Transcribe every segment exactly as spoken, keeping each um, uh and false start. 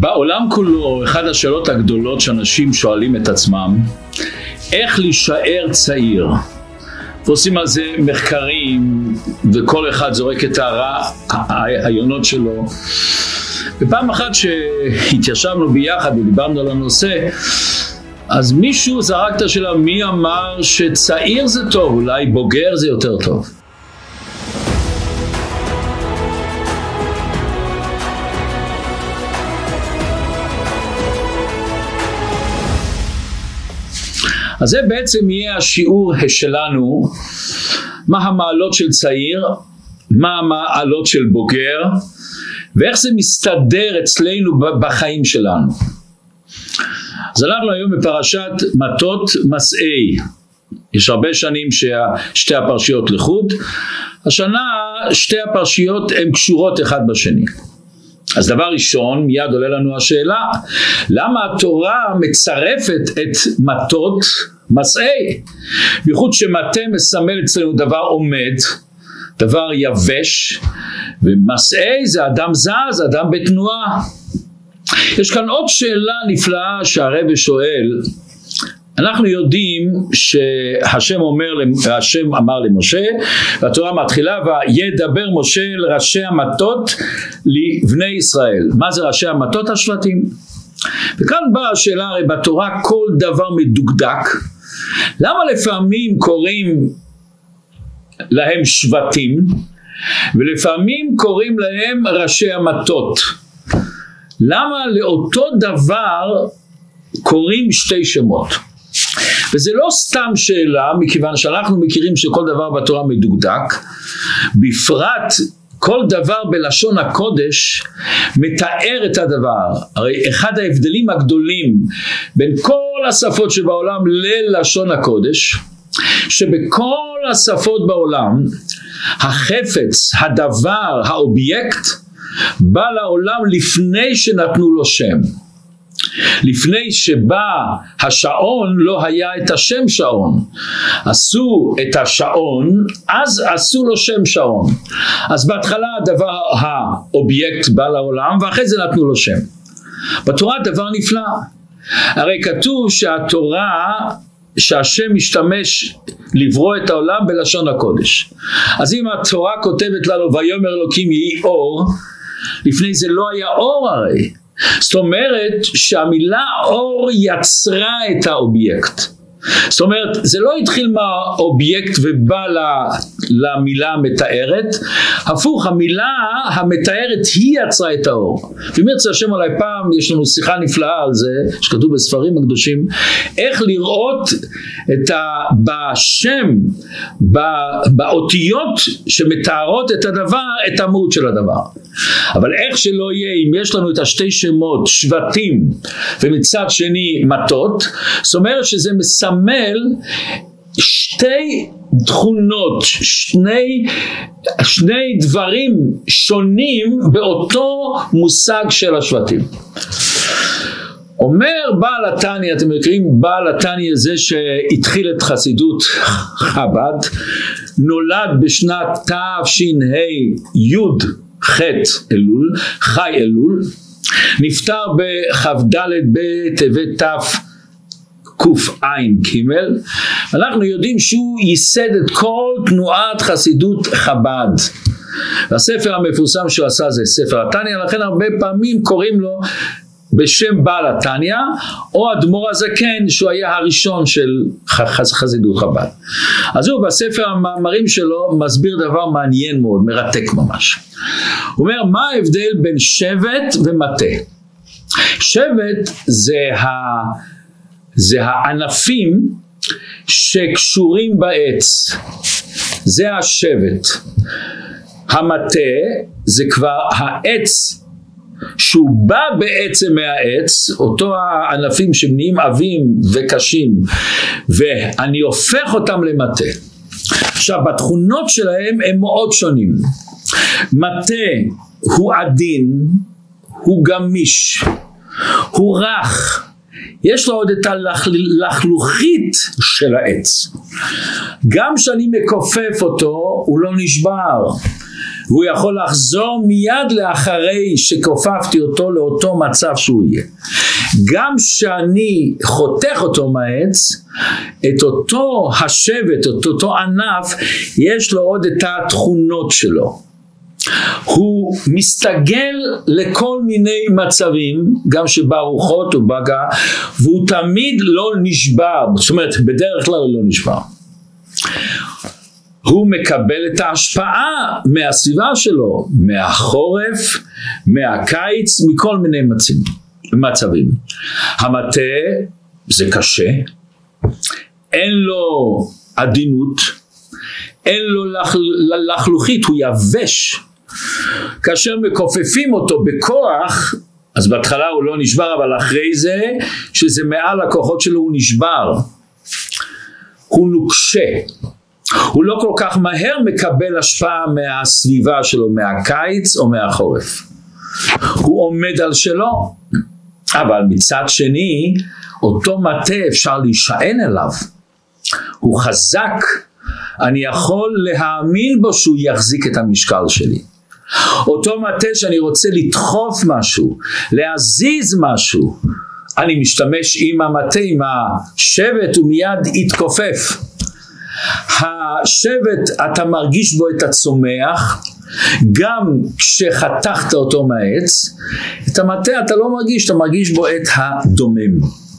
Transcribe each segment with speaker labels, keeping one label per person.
Speaker 1: בעולם כולו, אחת השאלות הגדולות שאנשים שואלים את עצמם, איך להישאר צעיר? ועושים על זה מחקרים, וכל אחד זורק את הרעיונות שלו. ופעם אחת שהתיישבנו ביחד ודיברנו על הנושא, אז מישהו זרק את השאלה, מי אמר שצעיר זה טוב, אולי בוגר זה יותר טוב? אז זה בעצם יהיה השיעור שלנו, מה המעלות של צעיר, מה המעלות של בוגר, ואיך זה מסתדר אצלנו בחיים שלנו. אז אנחנו היום בפרשת מטות מסעי. יש הרבה שנים ששתי הפרשיות לחוד, השנה שתי הפרשיות הן קשורות אחד בשני. אז דבר ראשון, מיד עולה לנו השאלה, למה התורה מצרפת את מטות מסעי? בייחוד שמטה מסמל אצלנו דבר עומד, דבר יבש, ומסעי זה אדם זז, אדם בתנועה. יש כאן עוד שאלה נפלאה שהרב שואל, אנחנו יודעים שהשם אומר, השם אמר למשה, והתורה מתחילה, וידבר משה לראשי המטות לבני ישראל. מה זה ראשי המטות? השבטים. וכאן באה השאלה, הרי בתורה כל דבר מדוקדק, למה לפעמים קוראים להם שבטים, ולפעמים קוראים להם ראשי המטות? למה לאותו דבר קוראים שתי שמות? וזה לא סתם שאלה, מכיוון שאנחנו מכירים שכל דבר בתורה מדוקדק, בפרט כל דבר בלשון הקודש מתאר את הדבר. הרי אחד ההבדלים הגדולים בין כל השפות שבעולם ללשון הקודש, שבכל השפות בעולם החפץ, הדבר, האובייקט בא לעולם לפני שנתנו לו שם. לפני שבא השעון לא היה את השם שעון, עשו את השעון אז עשו לו שם שעון. אז בהתחלה הדבר האובייקט בא לעולם ואחרי זה נתנו לו שם. בתורה דבר נפלא, הרי כתוב שהתורה שהשם משתמש לברוא את העולם בלשון הקודש. אז אם התורה כותבת לנו ויאמר אלוקים יהי אור, לפני זה לא היה אור הרי. זאת אומרת שהמילה אור יצרה את האובייקט. זאת אומרת זה לא התחיל מהאובייקט ובא למילה המתארת, הפוך, המילה המתארת היא יצרה את האור. ואם ירצה השם עליי פעם, יש לנו שיחה נפלאה על זה שכתוב בספרים הקדושים, איך לראות את ה, בשם, באותיות שמתארות את הדבר, את המהות של הדבר. אבל איך שלא יהיה, אם יש לנו את השתי שמות שבטים ומצד שני מטות, זאת אומרת שזה מסמל שתי תכונות, שני, שני דברים שונים באותו מושג של השבטים. אומר בעל התניא, אתם מכירים בעל התניא זה שהתחיל את חסידות חב"ד, נולד בשנת תש"ה י' ח' אלול, חי אלול, נפטר בכ"ד בטבת תקע"ג. אנחנו יודעים שהוא ייסד את כל תנועת חסידות חב"ד. והספר המפורסם שהוא עשה זה ספר התניא, לכן הרבה פעמים קוראים לו בשם בעל התניא, או אדמו"ר הזקן שהוא היה הראשון של חסידות חב"ד. אז הוא בספר המאמרים שלו מסביר דבר מעניין מאוד, מרתק ממש. הוא אומר, מה ההבדל בין שבט ומטה? שבט זה, ה, זה הענפים שקשורים בעץ, זה השבט. המטה זה כבר העץ שהוא בא בעצם מהעץ, אותו הענפים שנהיים עבים וקשים, ואני הופך אותם למטה. עכשיו בתכונות שלהם הם מאוד שונים. מטה הוא עדין, הוא גמיש, הוא רך, יש לו עוד את הלחלוכית של העץ. גם כשאני מכופף אותו הוא לא נשבר, והוא יכול לחזור מיד לאחרי שכופפתי אותו לאותו מצב שהוא יהיה. גם שאני חותך אותו מהעץ, את אותו השבט, את אותו ענף, יש לו עוד את התכונות שלו. הוא מסתגל לכל מיני מצבים, גם שברוחות או בגע, והוא תמיד לא נשבר, זאת אומרת בדרך כלל לא נשבר. הוא מקבל את ההשפעה מהסביבה שלו, מהחורף, מהקיץ, מכל מיני מצבים. המטה זה קשה, אין לו עדינות, אין לו לח, לחלוכית, הוא יבש. כאשר מקופפים אותו בכוח, אז בהתחלה הוא לא נשבר, אבל אחרי זה, שזה מעל הכוחות שלו הוא נשבר. הוא נוקשה. הוא לא כל כך מהר מקבל השפעה מהסביבה שלו, מהקיץ או מהחורף. הוא עומד על שלו, אבל מצד שני, אותו מטה אפשר להישען אליו. הוא חזק, אני יכול להאמין בו שהוא יחזיק את המשקל שלי. אותו מטה שאני רוצה לדחוף משהו, להזיז משהו, אני משתמש עם המטה, עם השבט, ומיד יתכופף. השבט, אתה מרגיש בו את הצומח, גם כשחתכת אותו מהעץ. את המטה אתה לא מרגיש, אתה מרגיש בו את הדומם.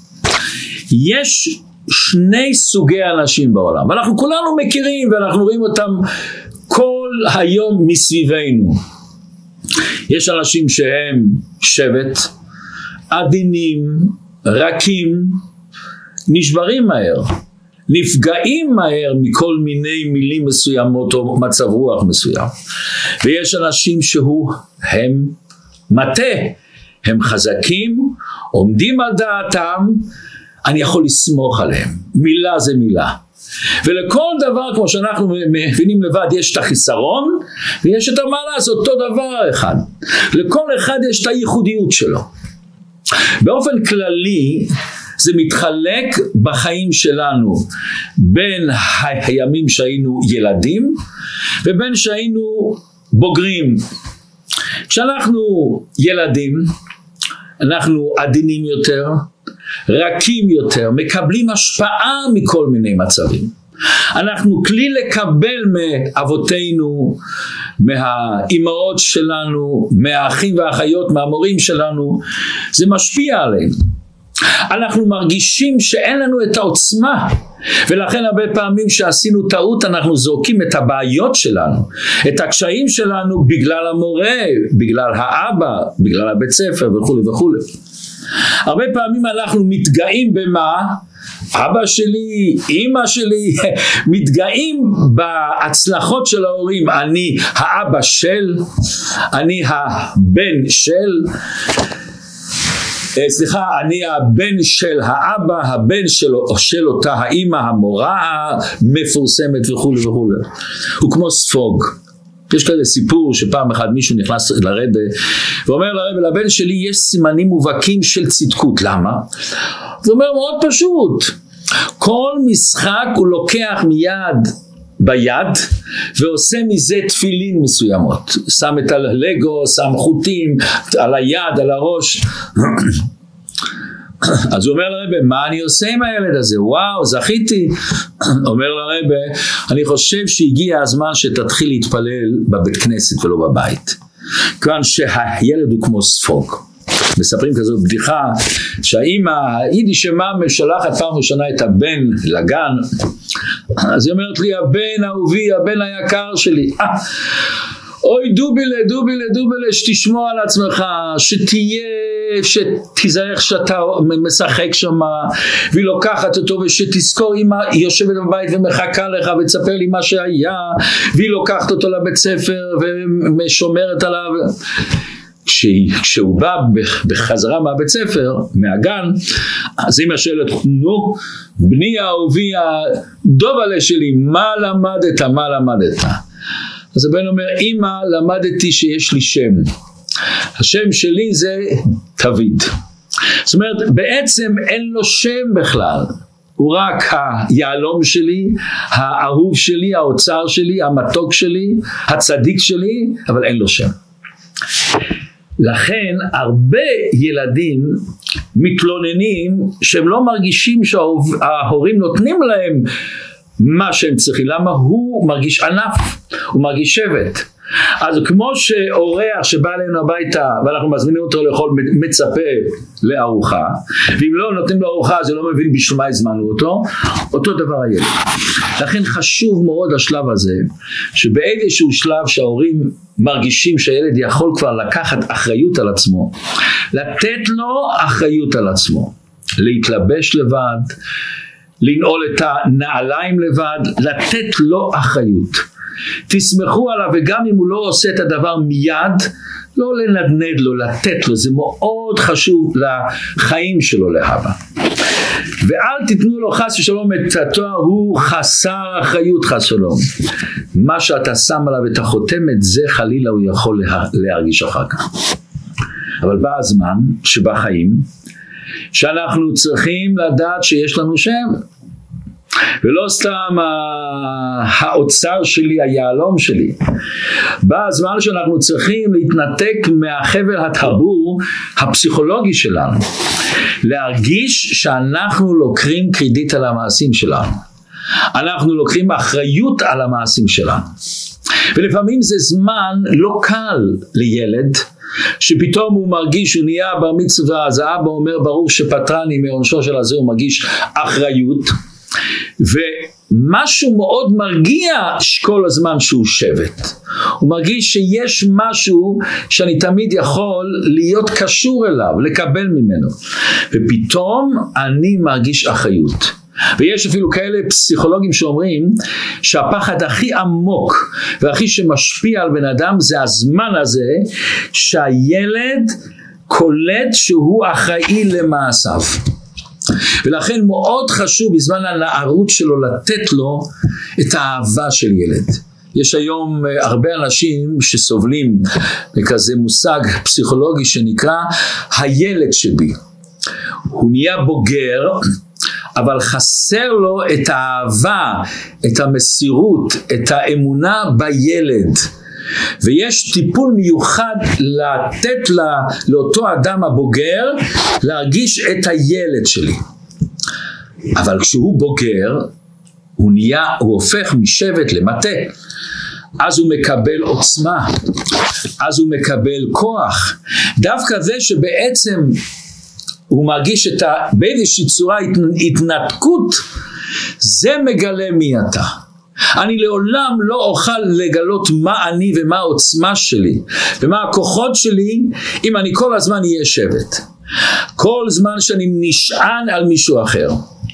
Speaker 1: יש שני סוגי אנשים בעולם, ואנחנו כולנו מכירים, ואנחנו רואים אותם כל היום מסביבנו. יש אנשים שהם שבט, עדינים, רכים, נשברים מהר, נפגעים מהר מכל מיני מילים מסוימות או מצב רוח מסוים. ויש אנשים שהוא הם מטה, הם חזקים, עומדים על דעתם, אני יכול לסמוך עליהם, מילה זה מילה. ולכל דבר, כמו שאנחנו מבינים לבד, יש את החיסרון ויש את המעלה, זה אותו דבר אחד. לכל אחד יש את הייחודיות שלו. באופן כללי זה מתחלק בחיים שלנו בין הימים שהיינו ילדים ובין שהיינו בוגרים. כשאנחנו ילדים אנחנו עדינים יותר, רכים יותר, מקבלים השפעה מכל מיני מצבים. אנחנו כלי לקבל מאבותינו, מהאימהות שלנו, מהאחים והאחיות, מהמורים שלנו, זה משפיע עלינו. אנחנו מרגישים שאין לנו את העוצמה, ולכן הרבה פעמים שעשינו טעות אנחנו זורקים את הבעיות שלנו, את הקשיים שלנו בגלל המורה, בגלל האבא, בגלל הבית ספר וכו' וכו'. הרבה פעמים אנחנו מתגאים במה? אבא שלי, אמא שלי, מתגאים בהצלחות של ההורים. אני האבא של, אני הבן של, סליחה, אני הבן של האבא, הבן של, של אותה האמא, המורה המפורסמת וכו' וכו'. הוא כמו ספוג. יש כזה סיפור שפעם אחד מישהו נכנס לרבא ואומר לרבא, לבן שלי יש סימנים מובהקים של צדקות. למה? הוא אומר מאוד פשוט, כל משחק הוא לוקח מיד ביד ועושה מזה תפילין מסוימות, שם את הלגו, שם חוטים על היד, על הראש. אז הוא אומר לרבא, מה אני עושה עם הילד הזה? וואו, זכיתי. אומר לרבא, אני חושב שהגיע הזמן שתתחיל להתפלל בבית כנסת ולא בבית, כיוון שהילד הוא כמו ספוג. מספרים כזו בדיחה שהאמא היידיש מאמא שלחת פעם ראשונה את הבן לגן, אז היא אומרת לי, הבן אהובי, הבן היקר שלי, אה, אוי דובילה, דובילה, דובילה, שתשמוע על עצמך, שתהיה, שתיזהר שאתה משחק שם, והיא לוקחת אותו, ושתזכור, אמא היא יושבת בבית ומחכה לך ותספר לי מה שהיה, והיא לוקחת אותו לבית ספר ומשומרת עליו. כשהוא בא בחזרה מהבית ספר, מהגן, אז אמא שואלת, נו, בני האהובי הדובלה שלי, מה למדת, מה למדת? אז הבן אומר, אמא, למדתי שיש לי שם. השם שלי זה תוויד. זאת אומרת, בעצם אין לו שם בכלל. הוא רק היעלום שלי, האהוב שלי, האוצר שלי, המתוק שלי, הצדיק שלי, אבל אין לו שם. לכן הרבה ילדים מתלוננים שהם לא מרגישים שההורים נותנים להם מה שהם צריכים. למה? הוא מרגיש ענף, הוא מרגיש שבט. אז כמו שאורח שבא אלינו הביתה ואנחנו מזמינים אותו לאכול, מצפה לארוחה, ואם לא נותנים לו ארוחה אז הוא לא מבין בשביל מה הזמנו אותו, אותו דבר הילד. לכן חשוב מאוד השלב הזה, שבאיזשהו שלב שההורים מרגישים שהילד יכול כבר לקחת אחריות על עצמו, לתת לו אחריות על עצמו, להתלבש לבד, לנעול את הנעליים לבד, לתת לו אחריות. תסמכו עליו, וגם אם הוא לא עושה את הדבר מיד, לא לנדנד לו, לתת לו, זה מאוד חשוב לחיים שלו להבא. ואל תיתנו לו חס ושלום את התואר, הוא חסר אחריות חס ושלום. מה שאתה שם עליו את החותמת, זה חלילה הוא יכול להרגיש אחר כך. אבל בא הזמן שבחיים, שאנחנו צריכים לדעת שיש לנו שם, ולא סתם האוצר שלי, היעלום שלי. בא הזמן שאנחנו צריכים להתנתק מהחבל הטבור הפסיכולוגי שלנו, להרגיש שאנחנו לוקחים קרדיט על המעשים שלנו, אנחנו לוקחים אחריות על המעשים שלנו. ולפעמים זה זמן לא קל לילד, שפתאום הוא מרגיש שהוא נהיה בר מצווה, אז האבא אומר ברוך שפטרני מעונשו של הזה, הוא מרגיש אחריות, ומשהו מאוד מרגיע כל הזמן שהוא שבט. הוא מרגיש שיש משהו שאני תמיד יכול להיות קשור אליו, לקבל ממנו, ופתאום אני מרגיש אחריות. ויש אפילו כאלה פסיכולוגים שאומרים שהפחד הכי עמוק והכי שמשפיע על בן אדם זה הזמן הזה שהילד קולט שהוא אחראי למעשיו. ולכן מאוד חשוב בזמן הנערות שלו לתת לו את האהבה של ילד. יש היום הרבה אנשים שסובלים מכזה מושג פסיכולוגי שנקרא הילד שבי. הוא נהיה בוגר, אבל חסר לו את האהבה, את המסירות, את האמונה בילד. ויש טיפול מיוחד לתת לה, לאותו אדם הבוגר להרגיש את הילד שלי. אבל כשהוא בוגר, הוא נהיה, הוא הופך משבט למטה. אז הוא מקבל עוצמה, אז הוא מקבל כוח. דווקא זה שבעצם הוא מרגיש את ה, באיזושהי צורה התנתקות, זה מגלה מי אתה. אני לעולם לא אוכל לגלות מה אני ומה העוצמה שלי ומה הכוחות שלי אם אני כל הזמן אהיה שבט, כל זמן שאני נשען על מישהו אחר.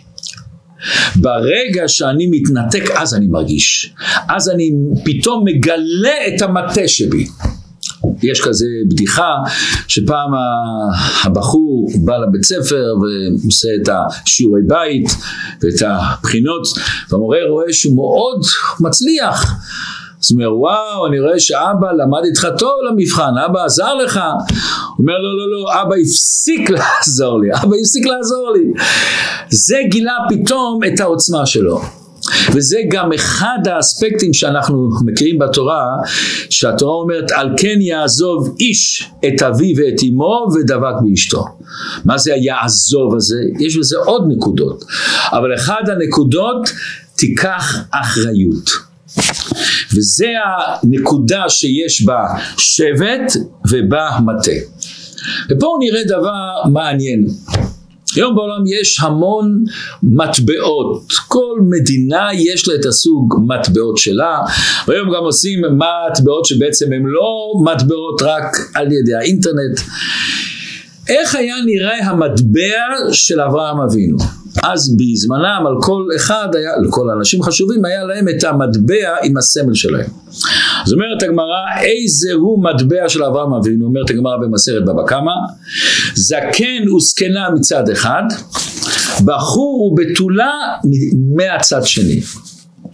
Speaker 1: ברגע שאני מתנתק, אז אני מרגיש, אז אני פתאום מגלה את המטה שבי. יש כזה בדיחה שפעם הבחור בא לבית ספר ועושה את השיעורי בית ואת הבחינות, והמורה רואה שהוא מאוד מצליח, אז הוא אומר וואו, אני רואה שאבא למד איתך טוב למבחן, אבא עזר לך. הוא אומר לא לא לא, אבא הפסיק לעזור לי, אבא הפסיק לעזור לי. זה גילה פתאום את העוצמה שלו. וזה גם אחד האספקטים שאנחנו מכירים בתורה, שהתורה אומרת על כן יעזוב איש את אביו ואת אמו ודבק באשתו. מה זה היעזוב הזה? יש בזה עוד נקודות, אבל אחד הנקודות, תיקח אחריות, וזה הנקודה שיש בה שבט ובה מטה. ופה נראה דבר מעניין. היום בעולם יש המון מטבעות, כל מדינה יש לה את הסוג מטבעות שלה, והיום גם עושים מטבעות שבעצם הם לא מטבעות רק על ידי האינטרנט. איך היה נראה המטבע של אברהם אבינו? אז בזמנם על כל אחד היה, לכל האנשים חשובים היה להם את המטבע עם הסמל שלהם. אז אומרת הגמרא, איזה הוא מטבע של אברהם אבינו? אומרת הגמרא במסכת בבא קמא, זקן וזקנה מצד אחד, בחור ובתולה מהצד שני.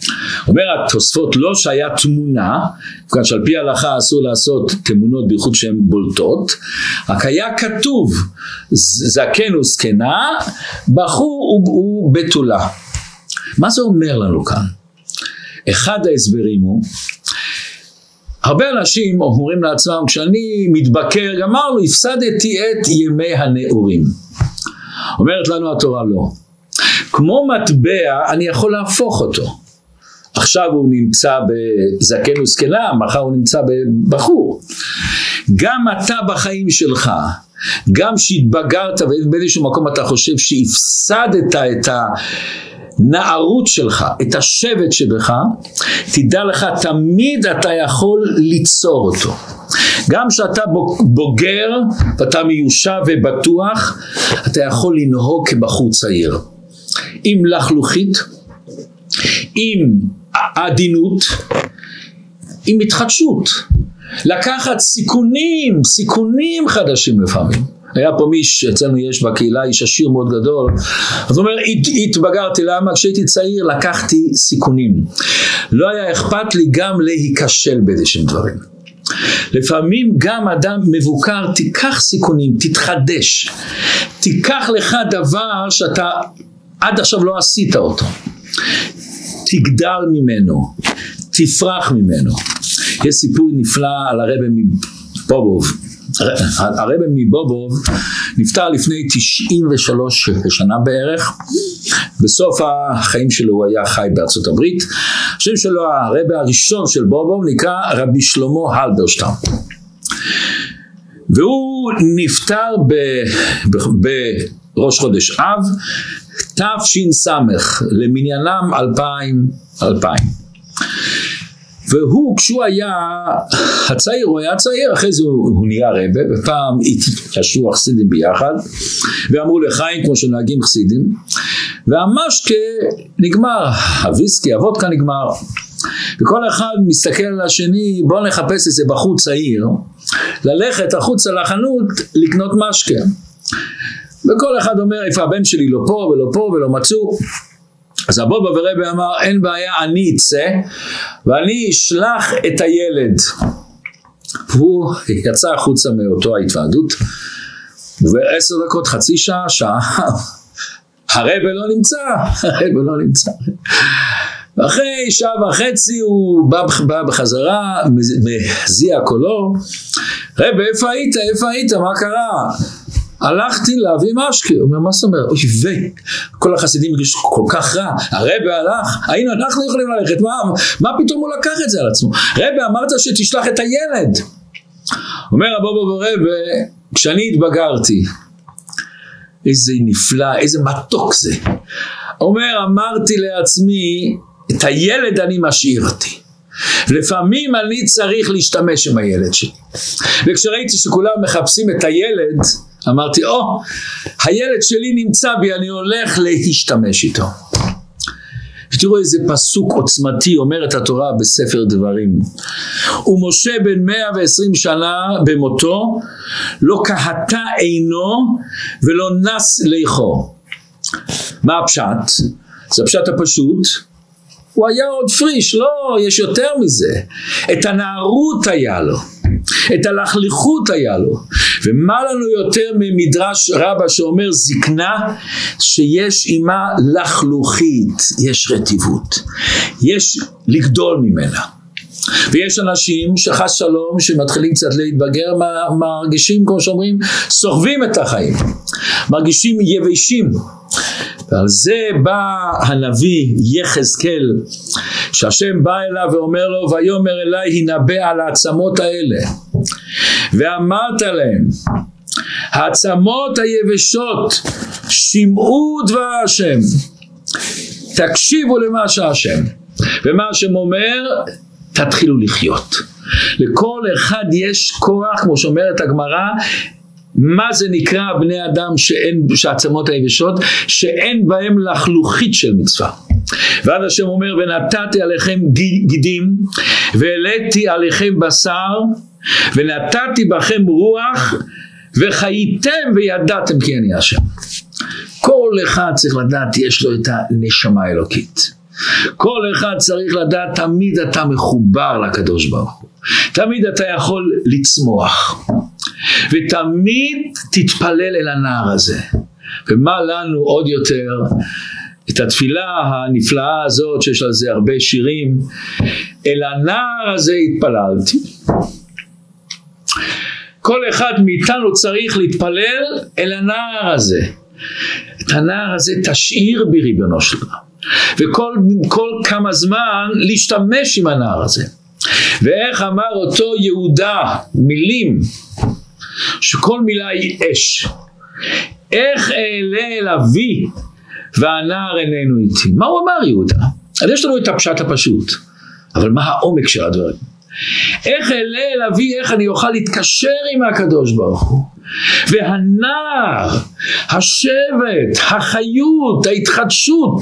Speaker 1: אומר התוספות לא שהיה תמונה, כאן שעל פי ההלכה אסור לעשות תמונות בייחוד שהן בולטות, רק היה כתוב זקן וזקנה, בחור הוא בתולה. מה זה אומר לנו כאן? אחד ההסברים הוא, הרבה אנשים אומרים לעצמם, כשאני מתבקר, גמרנו, הפסדתי את ימי הנעורים. אומרת לנו התורה לא. כמו מטבע אני יכול להפוך אותו. עכשיו הוא נמצא בזקן וזקנה, מחר הוא נמצא בבחור. גם אתה בחיים שלך, גם שהתבגרת ובאיזשהו מקום אתה חושב שהפסדת את הנערות שלך, את השבט שבך, תדע לך תמיד אתה יכול ליצור אותו. גם שאתה בוגר ואתה מיושב ובטוח, אתה יכול לנהוג כבחור צעיר. עם לחלוכית, עם עדינות, עם התחדשות. לקחת סיכונים, סיכונים חדשים לפעמים. היה פה מיש, אצלנו יש בקהילה איש עשיר מאוד גדול, אז הוא אומר, התבגרתי, למה? כשהייתי צעיר לקחתי סיכונים. לא היה אכפת לי גם להיכשל באיזשהם דברים. לפעמים גם אדם מבוקר, תיקח סיכונים, תתחדש. תיקח לך דבר שאתה עד עכשיו לא עשית אותו. תגדל ממנו, תפרח ממנו. יש סיפור נפלא על הרבי מבובוב. הרבי מבובוב נפטר לפני תשעים ושלוש שנה בערך. בסוף החיים שלו הוא היה חי בארצות הברית. השם שלו, הרבי הראשון של בובוב, נקרא רבי שלמה הלברשטאם. והוא נפטר בראש חודש אב תש"ס, למניינם אלפיים אלפיים. והוא כשהוא היה הצעיר, הוא היה צעיר, אחרי זה הוא, הוא נהיה רבה, ופעם התקשרו החסידים ביחד, ואמרו לחיים כמו שנהגים חסידים, והמשקה נגמר, הוויסקי, הוודקה נגמר, וכל אחד מסתכל על השני, בוא נחפש איזה בחור צעיר, ללכת החוצה לחנות לקנות משקה. וכל אחד אומר, איפה הבן שלי לא פה ולא פה ולא מצאו. אז הבובה ורבי אמר, אין בעיה, אני אצא ואני אשלח את הילד. הוא יצא החוצה מאותו ההתוועדות, ובעשר דקות, חצי שעה, שעה, הרבי לא נמצא, הרבי לא נמצא. ואחרי שעה וחצי הוא בא, בא בחזרה, מזיע קולו, רבי, איפה היית? איפה היית? מה קרה? הלכתי להביא משקה. הוא אומר, מה זאת אומרת? אוי וי, כל החסידים הרגישו כל כך רע, הרבי הלך, היינו, אנחנו יכולים ללכת, מה, מה פתאום הוא לקח את זה על עצמו? רבי, אמרת שתשלח את הילד. אומר הבובוב ורבי, כשאני התבגרתי, איזה נפלא, איזה מתוק זה. אומר, אמרתי לעצמי, את הילד אני משאירתי. לפעמים אני צריך להשתמש עם הילד שלי. וכשראיתי שכולם מחפשים את הילד, אמרתי, או, הילד שלי נמצא בי, אני הולך להשתמש איתו. תראו איזה פסוק עוצמתי אומרת התורה בספר דברים. ומשה בן מאה ועשרים שנה במותו, לא קהתה עינו ולא נס ליחו. מה הפשט? זה הפשט הפשוט. הוא היה עוד פריש, לא, יש יותר מזה. את הנערות היה לו, את הלכליכות היה לו. ומה לנו יותר ממדרש רבה שאומר זקנה, שיש עימה לחלוכית, יש רטיבות, יש לגדול ממנה. ויש אנשים שחס שלום שמתחילים קצת להתבגר, מרגישים כמו שאומרים, סוחבים את החיים, מרגישים יבשים. ועל זה בא הנביא יחזקאל, שהשם בא אליו ואומר לו, ויאמר אליי הנבא על העצמות האלה, ואמרת להם, העצמות היבשות שמעו דבר השם, תקשיבו למה שהשם, ומה השם אומר, תתחילו לחיות. לכל אחד יש כוח, כמו שאומרת הגמרא, מה זה נקרא בני אדם שאין, שהעצמות היבשות, שאין בהם לחלוכית של מצווה. ואז השם אומר, ונתתי עליכם גידים, והעליתי עליכם בשר, ונתתי בכם רוח, וחייתם וידעתם כי אני השם. כל אחד צריך לדעת, יש לו את הנשמה האלוקית. כל אחד צריך לדעת, תמיד אתה מחובר לקדוש ברוך הוא. תמיד אתה יכול לצמוח. ותמיד תתפלל אל הנער הזה. ומה לנו עוד יותר, את התפילה הנפלאה הזאת, שיש על זה הרבה שירים, אל הנער הזה התפללתי. כל אחד מאיתנו צריך להתפלל אל הנער הזה. את הנער הזה תשאיר בי ריבונו של עולם. וכל כל כמה זמן להשתמש עם הנער הזה. ואיך אמר אותו יהודה, מילים, שכל מילה היא אש. איך אעלה אל אבי והנער איננו איתי. מה הוא אמר יהודה? אז יש לנו את הפשט הפשוט, אבל מה העומק של הדברים? איך אעלה אל אבי, איך אני אוכל להתקשר עם הקדוש ברוך הוא? והנער, השבט, החיות, ההתחדשות,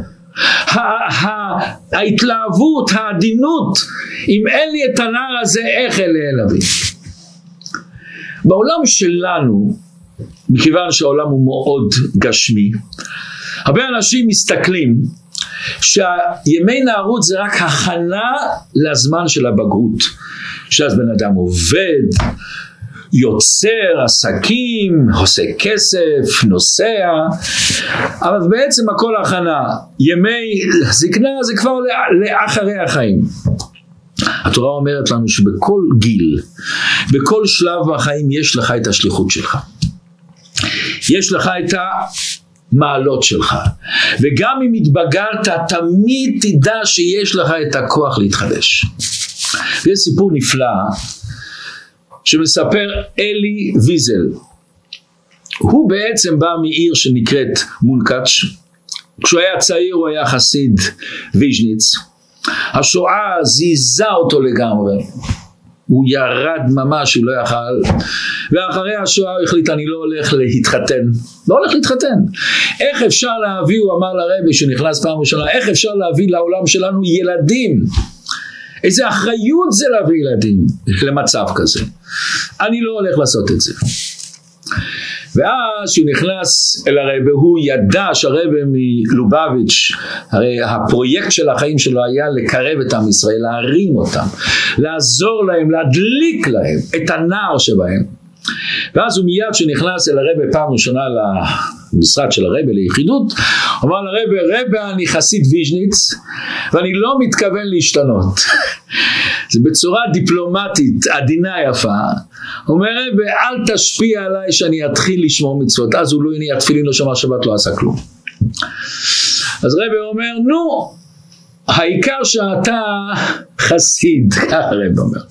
Speaker 1: ההתלהבות, העדינות, אם אין לי את הנער הזה, איך אעלה אל אבי? בעולם שלנו, מכיוון שהעולם הוא מאוד גשמי, הרבה אנשים מסתכלים שהימי נערות זה רק הכנה לזמן של הבגרות, שאז בן אדם עובד, יוצר עסקים, עושה כסף, נוסע, אבל בעצם הכל הכנה. ימי זקנה זה כבר לאחרי החיים. התורה אומרת לנו שבכל גיל, בכל שלב בחיים יש לך את השליחות שלך. יש לך את המעלות שלך. וגם אם התבגרת, תמיד תדע שיש לך את הכוח להתחדש. ויש סיפור נפלא שמספר אלי ויזל. הוא בעצם בא מעיר שנקראת מונקאץ'. כשהוא היה צעיר הוא היה חסיד ויז'ניץ. השואה זיזה אותו לגמרי. הוא ירד ממש, הוא לא יכל. ואחרי השואה הוא החליט, אני לא הולך להתחתן. לא הולך להתחתן. איך אפשר להביא, הוא אמר לרבי שנכנס פעם ראשונה, איך אפשר להביא לעולם שלנו ילדים? איזה אחריות זה להביא ילדים למצב כזה. אני לא הולך לעשות את זה. ואז שהוא נכנס אל הרבי, הוא ידע שהרבי מלובביץ', הרי הפרויקט של החיים שלו היה לקרב את עם ישראל, להרים אותם, לעזור להם, להדליק להם את הנער שבהם. ואז הוא מיד שנכנס אל הרבי פעם ראשונה למשרד של הרבי ליחידות, הוא אמר לרבי, רבי אני חסיד ויז'ניץ ואני לא מתכוון להשתנות. זה בצורה דיפלומטית עדינה יפה. הוא אומר רבי אל תשפיע עליי שאני אתחיל לשמור מצוות. אז הוא לא הניע תפילין, לא שמע שבת, לא עשה כלום. אז רבי אומר נו העיקר שאתה חסיד, ככה רבי אומר.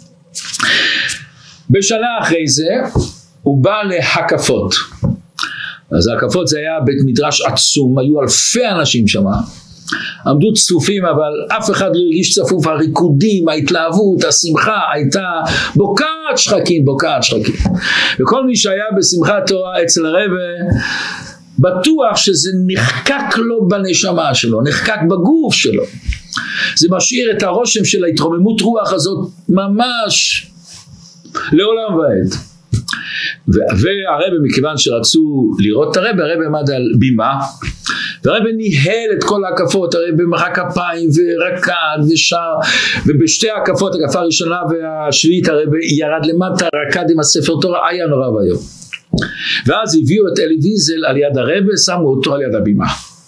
Speaker 1: בשנה אחרי זה הוא בא להקפות. אז ההקפות זה היה בית מדרש עצום, היו אלפי אנשים שם, עמדו צפופים אבל אף אחד לא הרגיש צפוף. הריקודים, ההתלהבות, השמחה הייתה בוקעת שחקים, בוקעת שחקים. וכל מי שהיה בשמחת תורה אצל הרבי בטוח שזה נחקק לו בנשמה שלו, נחקק בגוף שלו. זה משאיר את הרושם של ההתרוממות רוח הזאת ממש לעולם ועד. והרבי מכיוון שרצו לראות את הרבי, הרבי עמד על בימה, והרבי ניהל את כל ההקפות, הרבי מחא כפיים ורקד ושר, ובשתי ההקפות, הקפה הראשונה והשביעית, הרבי ירד למטה, רקד עם הספר תורה, היה נורא ויום. ואז הביאו את אלי ויזל על יד הרבי, שמו אותו על יד הבימה.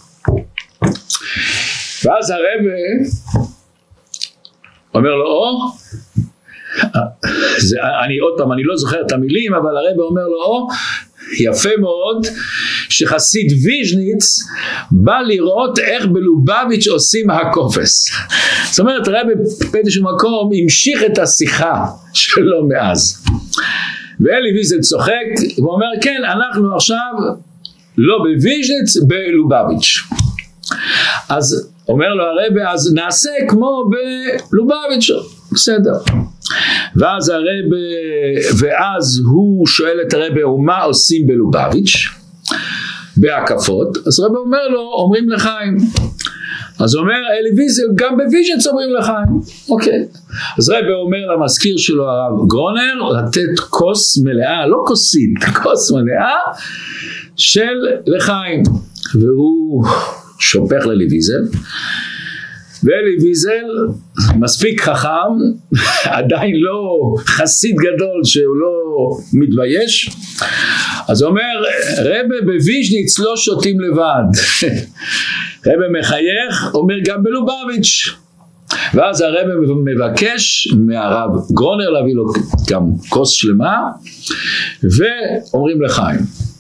Speaker 1: ואז הרבי אומר לו, או, זה, אני עוד פעם, אני לא זוכר את המילים, אבל הרבי אומר לו, או, יפה מאוד, שחסיד ויז'ניץ בא לראות איך בלובביץ' עושים הקופס. זאת אומרת, הרבי באיזשהו מקום המשיך את השיחה שלו מאז. ואלי ויזל צוחק ואומר, כן, אנחנו עכשיו לא בוויז'ניץ, בלובביץ'. אז אומר לו הרבי, אז נעשה כמו בלובביץ'. בסדר. ואז הרבי, ואז הוא שואל את הרבי, ומה עושים בלובביץ' בהקפות? אז הרבי אומר לו, אומרים לחיים. אז אומר אלי ויזל, גם בוויז'ניץ אומרים לחיים. אוקיי. אז רבי אומר למזכיר שלו הרב גרונר, לתת כוס מלאה, לא כוסית, כוס מלאה של לחיים. והוא שופך לאלי ויזל, ואלי ויזל מספיק חכם, עדיין לא חסיד גדול שהוא לא מתבייש, אז הוא אומר, רבי בוויז'ניץ לא שותים לבד. רבי מחייך, אומר גם בלובביץ'. ואז הרבי מבקש מהרב גרונר להביא לו גם כוס שלמה, ואומרים לחיים.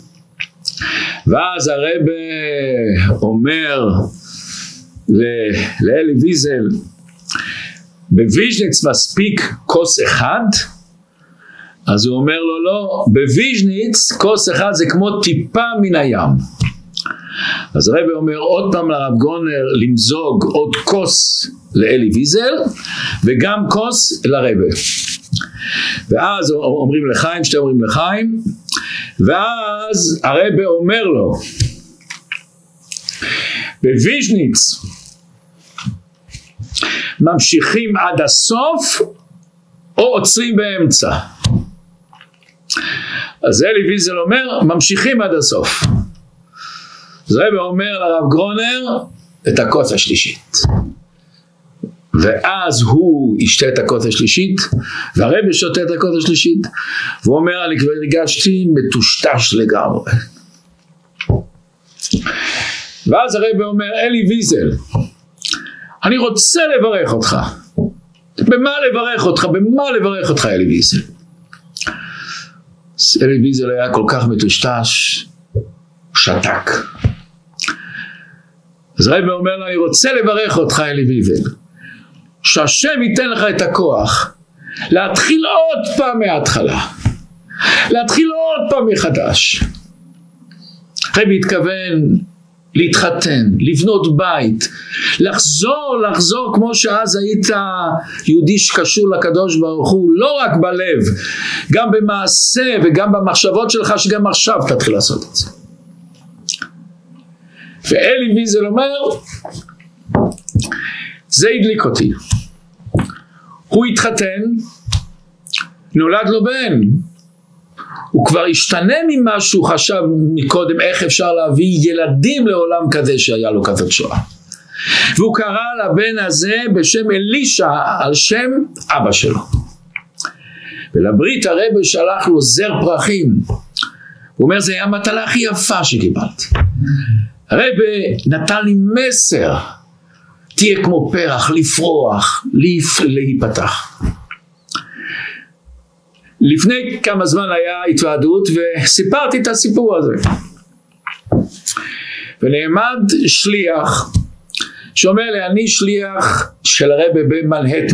Speaker 1: ואז הרבי אומר לאלי ויזל, בוויז'ניץ מספיק כוס אחד? אז הוא אומר לו, לא, בוויז'ניץ כוס אחד זה כמו טיפה מן הים. אז הרבי אומר עוד פעם לרב גרונר למזוג עוד כוס לאלי ויזל וגם כוס לרבי. ואז אומרים לחיים, שתי אומרים לחיים, ואז הרבי אומר לו, בוויז'ניץ ממשיכים עד הסוף או עוצרים באמצע? אז אלי ויזל אומר, ממשיכים עד הסוף. אז הרבי אומר לרב גרונר את הכוס השלישית. ואז הוא ישתה את הכוס השלישית, והרבי שותה את הכוס השלישית, והוא אומר, אני כבר הרגשתי מטושטש לגמרי. ואז הרבי אומר, אלי ויזל, אני רוצה לברך אותך. במה לברך אותך? במה לברך אותך, אלי ויזל? אלי ויזל היה כל כך מטושטש, שתק. אז הרבי אומר לו, אני רוצה לברך אותך, אלי ויזל, שהשם ייתן לך את הכוח להתחיל עוד פעם מההתחלה, להתחיל עוד פעם מחדש. הרבי התכוון להתחתן, לבנות בית, לחזור, לחזור כמו שאז היית יהודי שקשור לקדוש ברוך הוא, לא רק בלב, גם במעשה וגם במחשבות שלך, שגם עכשיו תתחיל לעשות את זה. ואלי ויזל אומר, זה הדליק אותי. הוא התחתן, נולד לו בן, הוא כבר השתנה ממה שהוא חשב מקודם, איך אפשר להביא ילדים לעולם כזה שהיה לו כזאת שואה. והוא קרא לבן הזה בשם אלישע, על שם אבא שלו. ולברית הרבי שלח לו זר פרחים. הוא אומר, זה היה המתנה הכי יפה שקיבלתי. הרבי נתן לי מסר, תהיה כמו פרח, לפרוח, להיפתח. לפני כמה זמן היה התוועדות וסיפרתי את הסיפור הזה. ונעמד שליח שאומר לי, אני שליח של הרבי במנהטן.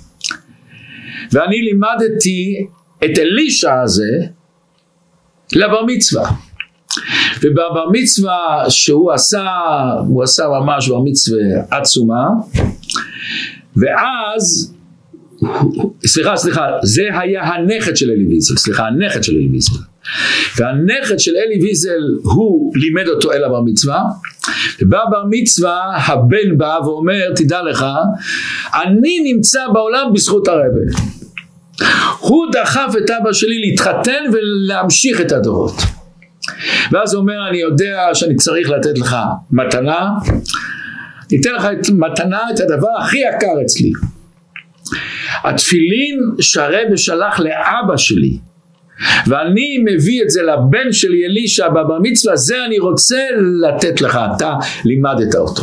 Speaker 1: ואני לימדתי את אלישע הזה לבר מצווה. ובבר מצווה שהוא עשה, הוא עשה ממש בר מצווה עצומה. ואז סליחה, סליחה, זה היה הנכד של אלי ויזל, סליחה, הנכד של אלי ויזל. והנכד של אלי ויזל, הוא לימד אותו אל הבר מצווה, ובבר מצווה הבן בא ואומר, תדע לך, אני נמצא בעולם בזכות הרבי. הוא דחף את אבא שלי להתחתן ולהמשיך את הדורות. ואז הוא אומר, אני יודע שאני צריך לתת לך מתנה, ניתן לך את מתנה, את הדבר הכי יקר אצלי. התפילין שהרבי שלח לאבא שלי, ואני מביא את זה לבן שלי אלישע בבר מצווה, זה אני רוצה לתת לך, אתה לימדת אותו.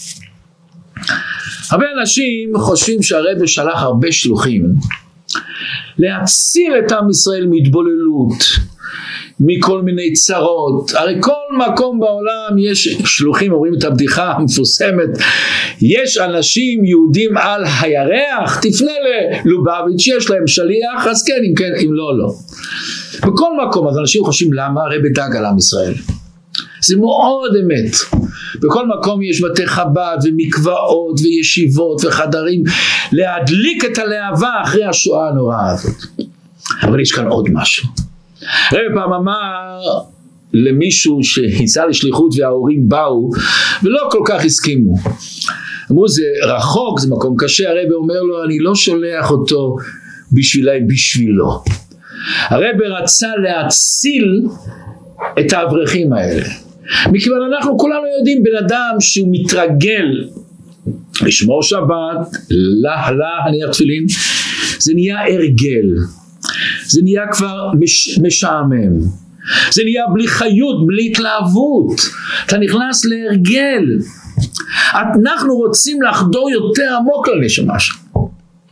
Speaker 1: הרבה אנשים חושבים שהרבי שלח הרבה שלוחים להציל את עם ישראל מהתבוללות, מכל מיני צרות. הרי כל מקום בעולם יש שלוחים, אומרים את הבדיחה המפורסמת, יש אנשים יהודים על הירח, תפנה ללובביץ', יש להם שליח, אז כן, אם כן, אם לא, לא. בכל מקום, אז אנשים חושבים למה הרבי דאג על עם ישראל. זה מאוד אמת. בכל מקום יש בתי חב"ד ומקוואות וישיבות וחדרים, להדליק את הלהבה אחרי השואה הנוראה הזאת. אבל יש כאן עוד משהו. הרבי פעם אמר למישהו שהצא לשליחות וההורים באו ולא כל כך הסכימו. אמרו, זה רחוק, זה מקום קשה. הרבי אומר לו, אני לא שולח אותו בשבילם, בשבילו. הרבי רצה להציל את האברכים האלה. מכיוון אנחנו כולנו יודעים, בן אדם שהוא מתרגל לשמור שבת, לה, לה, הניח תפילין, זה נהיה הרגל, זה נהיה כבר מש, משעמם, זה נהיה בלי חיות, בלי התלהבות, אתה נכנס להרגל, אנחנו רוצים לחדור יותר עמוק לנשמה שלנו,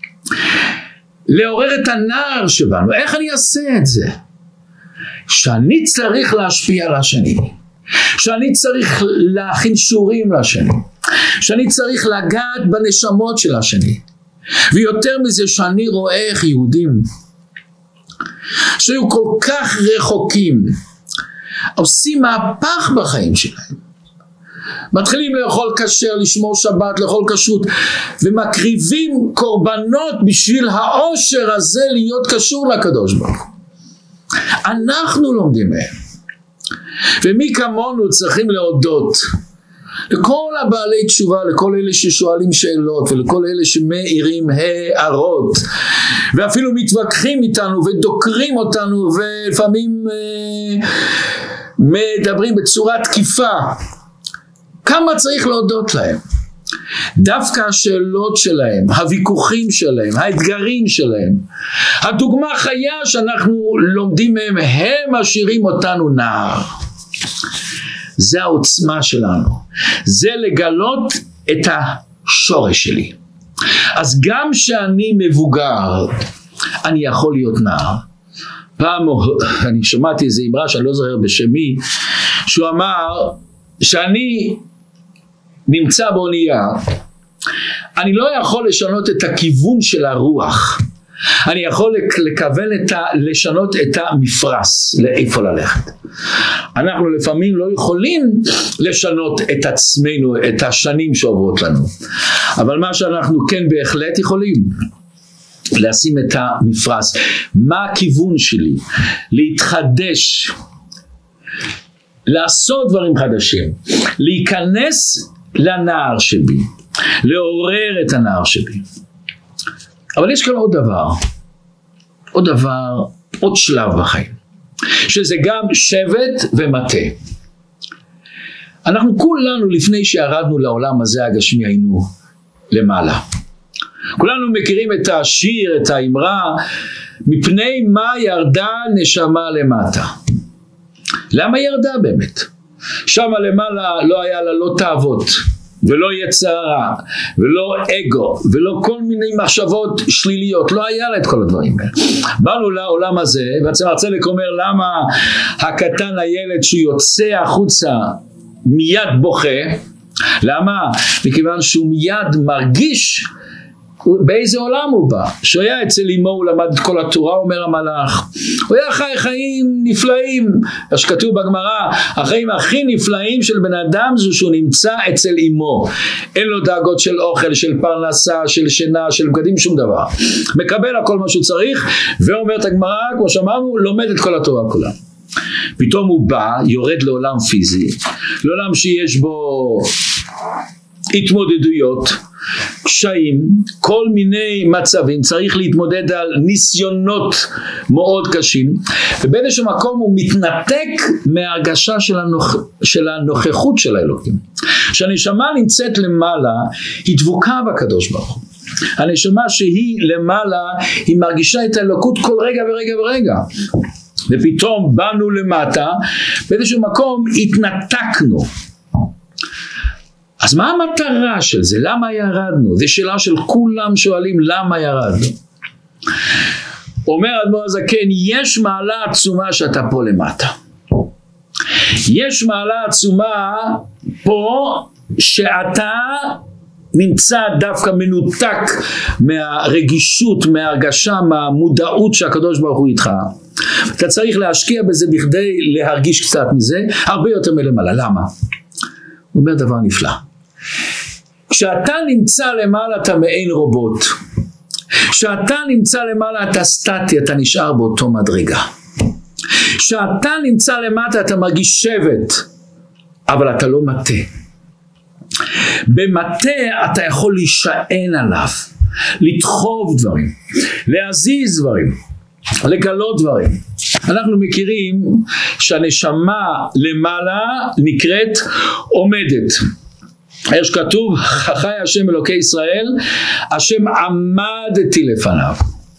Speaker 1: לעורר את הנער שבנו. איך אני אעשה את זה? שאני צריך להשפיע על השני, שאני צריך להכין שיעורים לשני, שאני צריך לגעת בנשמות של השני, ויותר מזה שאני רואה איך יהודים שהיו כל כך רחוקים עושים מהפך בחיים שלהם, מתחילים לאכול כשר, לשמור שבת, לאכול כשרות, ומקריבים קורבנות בשביל העושר הזה להיות קשור לקדוש ברוך הוא. אנחנו לומדים מהם, ומי כמונו צריכים להודות לכל הבעלי תשובה, לכל אלה ששואלים שאלות, ולכל אלה שמאירים הערות, ואפילו מתווכחים איתנו ודוקרים אותנו, ולפעמים אה, מדברים בצורה תקיפה. כמה צריך להודות להם? דווקא השאלות שלהם, הוויכוחים שלהם, האתגרים שלהם, הדוגמה חיה שאנחנו לומדים מהם, הם משאירים אותנו נער. זה העוצמה שלנו, זה לגלות את השורש שלי. אז גם שאני מבוגר, אני יכול להיות נער. פעם אני שמעתי איזה אמרה שאני לא זוכר בשמי, שהוא אמר שאני נמצא באונייה, אני לא יכול לשנות את הכיוון של הרוח, אני יכול לכוון את ה, לשנות את המפרס, לאיפה ללכת. אנחנו לפעמים לא יכולים לשנות את עצמנו, את השנים שעוברות לנו, אבל מה שאנחנו כן בהחלט יכולים, לשים את המפרס. מה הכיוון שלי? להתחדש, לעשות דברים חדשים, להיכנס לנער שבי, לעורר את הנער שבי. אבל יש כאן עוד דבר, עוד דבר, עוד שלב בחיים, שזה גם שבט ומטה. אנחנו כולנו לפני שירדנו לעולם הזה הגשמי היינו למעלה. כולנו מכירים את השיר, את האמרה, מפני מה ירדה נשמה למטה. למה ירדה באמת? שמה למעלה לא היה לה לא תאוות, ולא יצרה, ולא אגו, ולא כל מיני מחשבות שליליות, לא היה לה את כל הדברים האלה. באנו לעולם הזה, והצלק אומר למה הקטן הילד שהוא יוצא החוצה מיד בוכה, למה? מכיוון שהוא מיד מרגיש באיזה עולם הוא בא. שהוא היה אצל אמו, הוא למד את כל התורה, אומר המלאך, הוא היה חי חיים נפלאים, שכתוב בגמרא, החיים הכי נפלאים של בן אדם זו שהוא נמצא אצל אמו, אין לו דאגות של אוכל, של פרנסה, של שינה, של בגדים, שום דבר, מקבל הכל מה שהוא צריך, ואומר את הגמרא, כמו שאמרנו, לומד את כל התורה כולה. פתאום הוא בא, יורד לעולם פיזי, לעולם שיש בו התמודדויות, קשיים, כל מיני מצבים, צריך להתמודד על ניסיונות מאוד קשים, ובאיזשהו מקום הוא מתנתק מההרגשה של, הנוכ... של הנוכחות של האלוקים. שהנשמה נמצאת למעלה, היא דבוקה בקדוש ברוך הוא. הנשמה שהיא למעלה, היא מרגישה את האלוקות כל רגע ורגע ורגע. ופתאום באנו למטה, באיזשהו מקום התנתקנו. אז מה המטרה של זה? למה ירדנו? זו שאלה של כולם שואלים למה ירדנו. אומר אדמו"ר הזקן, יש מעלה עצומה שאתה פה למטה. יש מעלה עצומה פה שאתה נמצא דווקא מנותק מהרגישות, מההרגשה, מהמודעות שהקדוש ברוך הוא איתך. אתה צריך להשקיע בזה בכדי להרגיש קצת מזה, הרבה יותר מלמעלה. למה? הוא אומר דבר נפלא. כשאתה נמצא למעלה אתה מעין רובוט. כשאתה נמצא למעלה אתה סטטי, אתה נשאר באותו מדרגה. כשאתה נמצא למטה אתה מרגיש שבט, אבל אתה לא מטה. במטה אתה יכול להישען עליו, לדחוב דברים, להזיז דברים, לגלות דברים. אנחנו מכירים שהנשמה למעלה נקראת עומדת. איך שכתוב, חי השם אלוקי ישראל, השם עמדתי לפניו.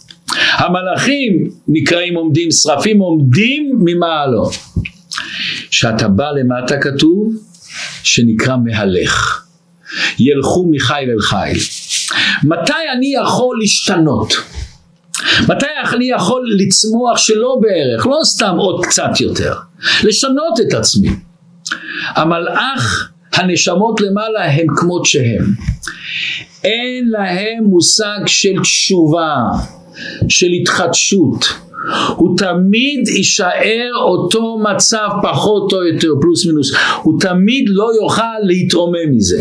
Speaker 1: המלאכים נקראים עומדים, שרפים עומדים ממעלו. שאתה בא למטה כתוב, שנקרא מהלך. ילכו מחיל אל חיל. מתי אני יכול להשתנות? מתי אני יכול לצמוח שלא בערך, לא סתם עוד קצת יותר, לשנות את עצמי. המלאך, הנשמות למעלה הם כמות שהם. אין להם מושג של תשובה, של התחדשות. הוא תמיד יישאר אותו מצב פחות או יותר, פלוס מינוס. הוא תמיד לא יוכל להתרומם מזה.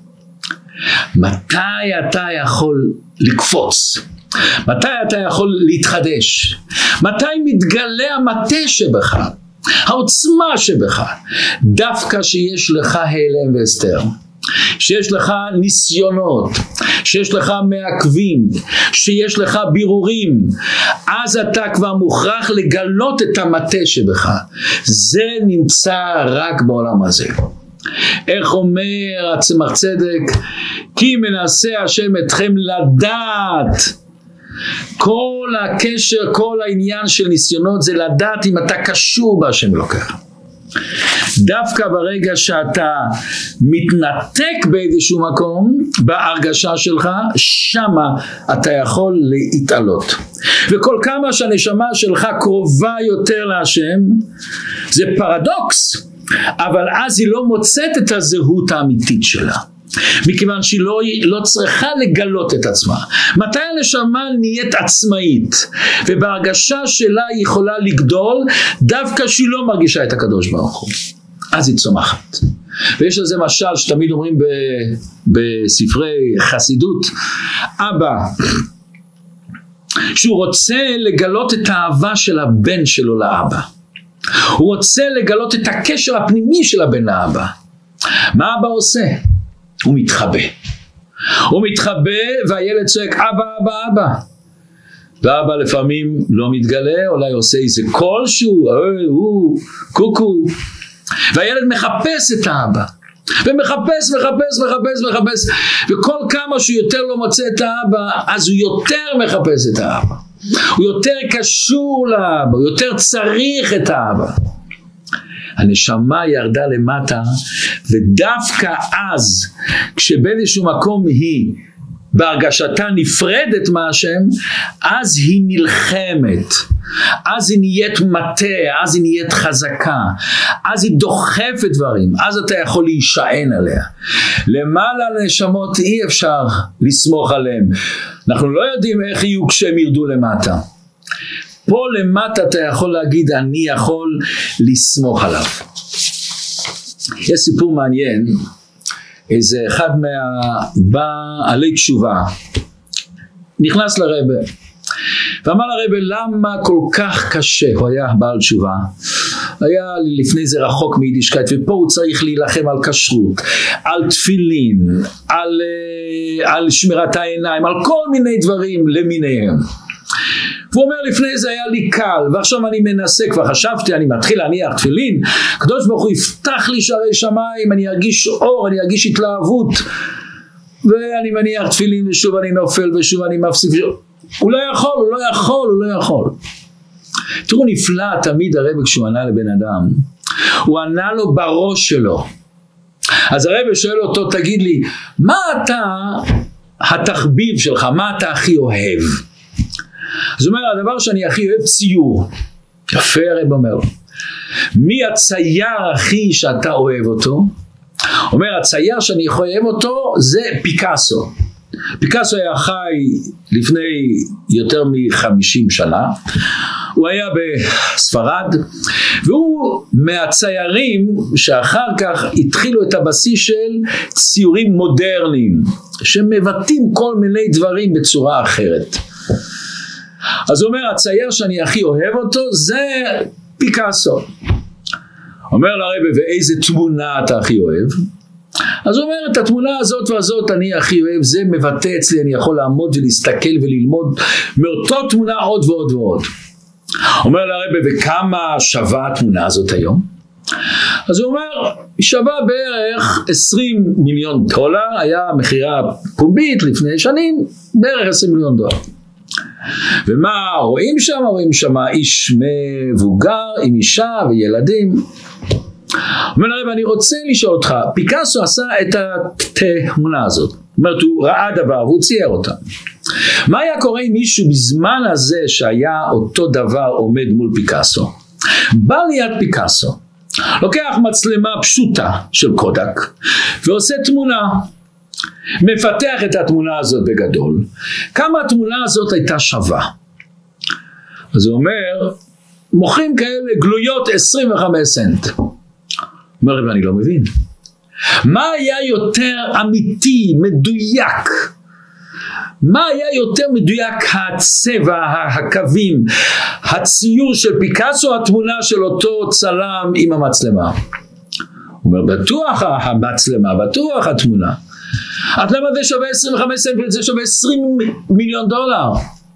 Speaker 1: מתי אתה יכול לקפוץ? מתי אתה יכול להתחדש? מתי מתגלה המטה שבך? העוצמה שבך? דווקא שיש לך הלם והסתר, שיש לך ניסיונות, שיש לך מעכבים, שיש לך בירורים, אז אתה כבר מוכרח לגלות את המטה שבך. זה נמצא רק בעולם הזה. איך אומר הצמח צדק? כי מנסה השם אתכם לדעת. כל הקשר, כל העניין של ניסיונות זה לדעת אם אתה קשור בהשם אלוקיך. דווקא ברגע שאתה מתנתק באיזשהו מקום בהרגשה שלך, שמה אתה יכול להתעלות. וכל כמה שהנשמה שלך קרובה יותר להשם, זה פרדוקס, אבל אז היא לא מוצאת את הזהות האמיתית שלה, מכיוון שהיא לא, לא צריכה לגלות את עצמה. מתי הנשמה נהיית עצמאית ובהרגשה שלה היא יכולה לגדול? דווקא שהיא לא מרגישה את הקדוש ברוך הוא, אז היא צומחת. ויש לזה משל שתמיד אומרים ב, בספרי חסידות, אבא שהוא רוצה לגלות את האהבה של הבן שלו לאבא, הוא רוצה לגלות את הקשר הפנימי של הבן לאבא. מה אבא עושה? הוא מתחבא. הוא מתחבא והילד צועק אבא אבא אבא, ואבא לפעמים לא מתגלה, אולי עושה איזה קול שהוא אוי הוא קוקו, והילד מחפש את האבא ומחפש מחפש מחפש מחפש, וכל כמה שהוא יותר לא מוצא את האבא, אז הוא יותר מחפש את האבא, הוא יותר קשור לאבא, הוא יותר צריך את האבא. הנשמה ירדה למטה, ודווקא אז כשבאיזשהו מקום היא בהרגשתה נפרדת מהשם, אז היא נלחמת, אז היא נהיית מטה, אז היא נהיית חזקה, אז היא דוחפת דברים, אז אתה יכול להישען עליה. למעלה לנשמות אי אפשר לסמוך עליהם, אנחנו לא יודעים איך יהיו כשהם ירדו למטה. פה למטה אתה יכול להגיד אני יכול לסמוך עליו. יש סיפור מעניין, איזה אחד מהבעלי תשובה נכנס לרבה ואמר לרבה למה כל כך קשה, הוא היה בעל תשובה, היה לפני זה רחוק מיידישקייט, ופה הוא צריך להילחם על כשרות, על תפילין, על, על שמירת העיניים, על כל מיני דברים למיניהם. והוא אומר לפני זה היה לי קל, ועכשיו אני מנסה, כבר חשבתי אני מתחיל להניח תפילין, הקדוש ברוך הוא יפתח לי שערי שמיים, אני ארגיש אור, אני ארגיש התלהבות, ואני מניח תפילין ושוב אני נופל ושוב אני מפסיק, הוא לא יכול, הוא לא יכול, הוא לא יכול. תראו נפלא תמיד הרב כשהוא ענה לבן אדם, הוא ענה לו בראש שלו. אז הרב שואל אותו, תגיד לי, מה אתה התחביב שלך, מה אתה הכי אוהב? אז הוא אומר, הדבר שאני הכי אוהב ציור. יפה הרב אומר. מי הצייר הכי שאתה אוהב אותו? אומר, הצייר שאני אוהב אותו זה פיקאסו. פיקאסו היה חי לפני יותר מ-חמישים שנה. הוא היה בספרד, והוא מהציירים שאחר כך התחילו את הבסיס של ציורים מודרניים, שמבטאים כל מיני דברים בצורה אחרת. אז הוא אומר, הצייר שאני הכי אוהב אותו זה פיקאסו. אומר לרבי, ואיזה תמונה אתה הכי אוהב? אז הוא אומר, את התמונה הזאת והזאת אני הכי אוהב, זה מבטא אצלי, אני יכול לעמוד ולהסתכל וללמוד מאותו תמונה עוד ועוד ועוד. אומר לרבי, וכמה שווה התמונה הזאת היום? אז הוא אומר, שווה בערך עשרים מיליון דולר, היה מחירה פומבית לפני שנים, בערך עשרים מיליון דולר. ומה רואים שם? רואים שם איש מבוגר עם אישה וילדים. אומר לרב, אני רוצה לשאול אותך, פיקאסו עשה את התמונה הזאת, זאת אומרת הוא ראה דבר והוא צייר אותה. מה היה קורה אם מישהו בזמן הזה שהיה אותו דבר עומד מול פיקאסו, בא ליד פיקאסו, לוקח מצלמה פשוטה של קודק ועושה תמונה, מפתח את התמונה הזאת בגדול, כמה התמונה הזאת הייתה שווה? אז הוא אומר, מוכרים כאלה גלויות עשרים וחמישה סנט. אומר לי, אני לא מבין. מה היה יותר אמיתי, מדויק? מה היה יותר מדויק? הצבע, הקווים, הציור של פיקאסו, התמונה של אותו צלם עם המצלמה? הוא אומר, בטוח המצלמה, בטוח התמונה. אז למה זה שווה עשרים וחמישה סנט וזה שווה עשרים מיליון דולר?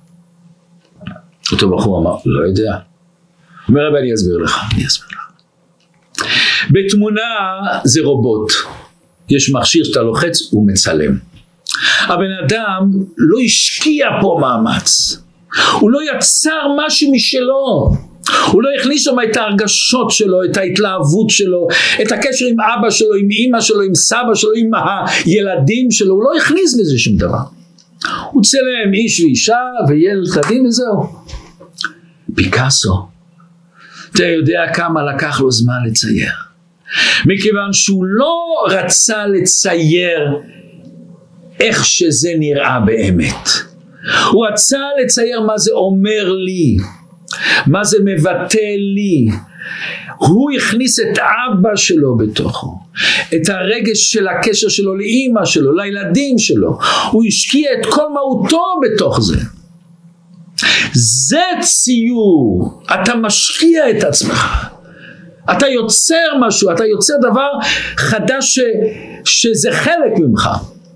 Speaker 1: אותו בחור אמר, לא יודע. אומר רבי, אני אסביר לך, אני אסביר לך. בתמונה זה רובוט, יש מכשיר שאתה לוחץ הוא מצלם. הבן אדם לא השקיע פה מאמץ, הוא לא יצר משהו משלו, הוא לא הכניס שם את ההרגשות שלו, את ההתלהבות שלו, את הקשר עם אבא שלו, עם אמא שלו, עם סבא שלו, עם הילדים שלו, הוא לא הכניס בזה שום דבר. הוא צלם איש ואישה וילדים וזהו. פיקאסו, אתה יודע כמה לקח לו זמן לצייר, מכיוון שהוא לא רצה לצייר איך שזה נראה באמת, הוא רצה לצייר מה זה אומר לי, מה זה מבטא לי. הוא הכניס את אבא שלו בתוכו, את הרגש של הקשר שלו לאמא שלו, לילדים שלו, הוא השקיע את כל מהותו בתוך זה. זה ציור, אתה משקיע את עצמך, אתה יוצר משהו, אתה יוצר דבר חדש ש, שזה חלק ממך.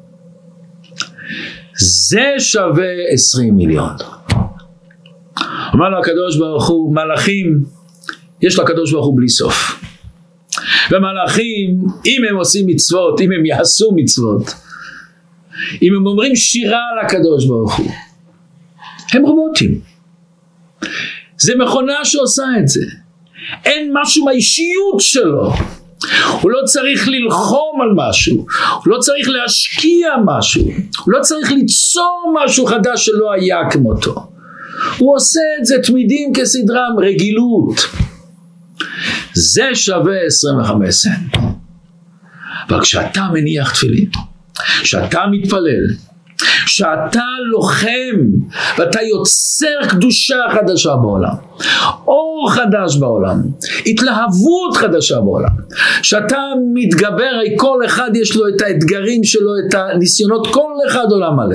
Speaker 1: זה שווה עשרים מיליון. אמר לו הקדוש ברוך הוא, מלאכים יש לקדוש ברוך הוא בלי סוף, ומלאכים אם הם עושים מצוות, אם הם יעשו מצוות, אם הם אומרים שירה על הקדוש ברוך הוא, הם רובוטים. זה מכונה שעושה את זה, אין משהו מהאישיות שלו, הוא לא צריך ללחום על משהו, הוא לא צריך להשקיע משהו, הוא לא צריך ליצור משהו חדש שלא היה כמותו, הוא עושה את זה תמידים כסדרם, רגילות. זה שווה עשרים וחמישה סנט. אבל כשאתה מניח תפילין, כשאתה מתפלל, כשאתה לוחם ואתה יוצר קדושה חדשה בעולם, אור חדש בעולם, התלהבות חדשה בעולם, שאתה מתגבר, הרי כל אחד יש לו את האתגרים שלו, את הניסיונות, כל אחד עולם מלא,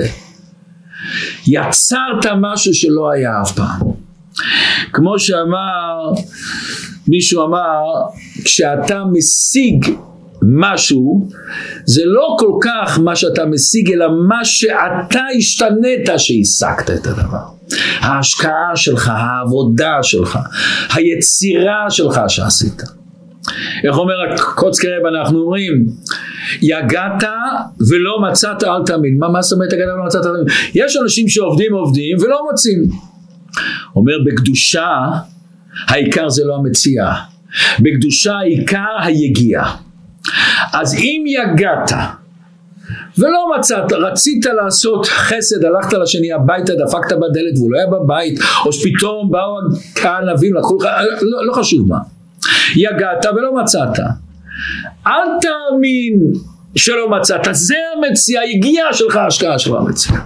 Speaker 1: יצרת משהו שלא היה אף פעם. כמו שאמר מישהו, אמר כשאתה משיג משהו, זה לא כל כך מה שאתה משיג, אלא מה שאתה השתנית שהשגת את הדבר. ההשקעה שלך, העבודה שלך, היצירה שלך שעשית. איך אומר הקודש קרב, אנחנו אומרים, יגעת ולא מצאת אל תאמין. מה, מה זאת אומרת יגעת ולא מצאת אל תאמין? יש אנשים שעובדים עובדים ולא מוצאים. אומר בקדושה, העיקר זה לא המציאה. בקדושה העיקר היגיעה. אז אם יגעת ולא מצאת, רצית לעשות חסד, הלכת לשני הביתה, דפקת בדלת והוא לא היה בבית, או שפתאום באו הענבים, לקחו לך, לא, לא חשוב מה. יגעת ולא מצאת, אל תאמין שלא מצאת, זה המציאה, הגיעה שלך, ההשקעה שלך המציאה.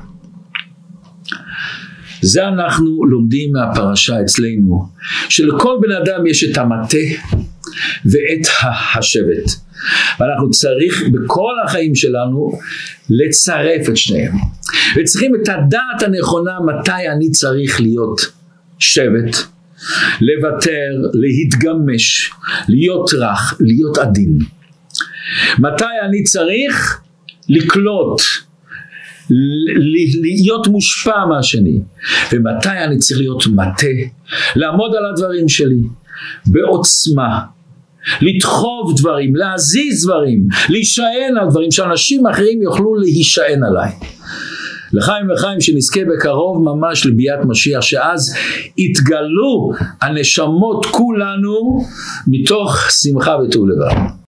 Speaker 1: זה אנחנו לומדים מהפרשה אצלנו, שלכל בן אדם יש את המטה ואת השבט, ואנחנו צריך בכל החיים שלנו לצרף את שניהם, וצריכים את הדעת הנכונה מתי אני צריך להיות שבט, לוותר, להתגמש, להיות רך, להיות עדין, מתי אני צריך לקלוט, להיות מושפע מהשני, ומתי אני צריך להיות מטה, לעמוד על הדברים שלי בעוצמה, לדחוף דברים, להזיז דברים, להישען על דברים שאנשים אחרים יוכלו להישען עליי. לחיים לחיים שנזכה בקרוב ממש לביאת משיח, שאז יתגלו הנשמות כולנו מתוך שמחה וטוב לבב.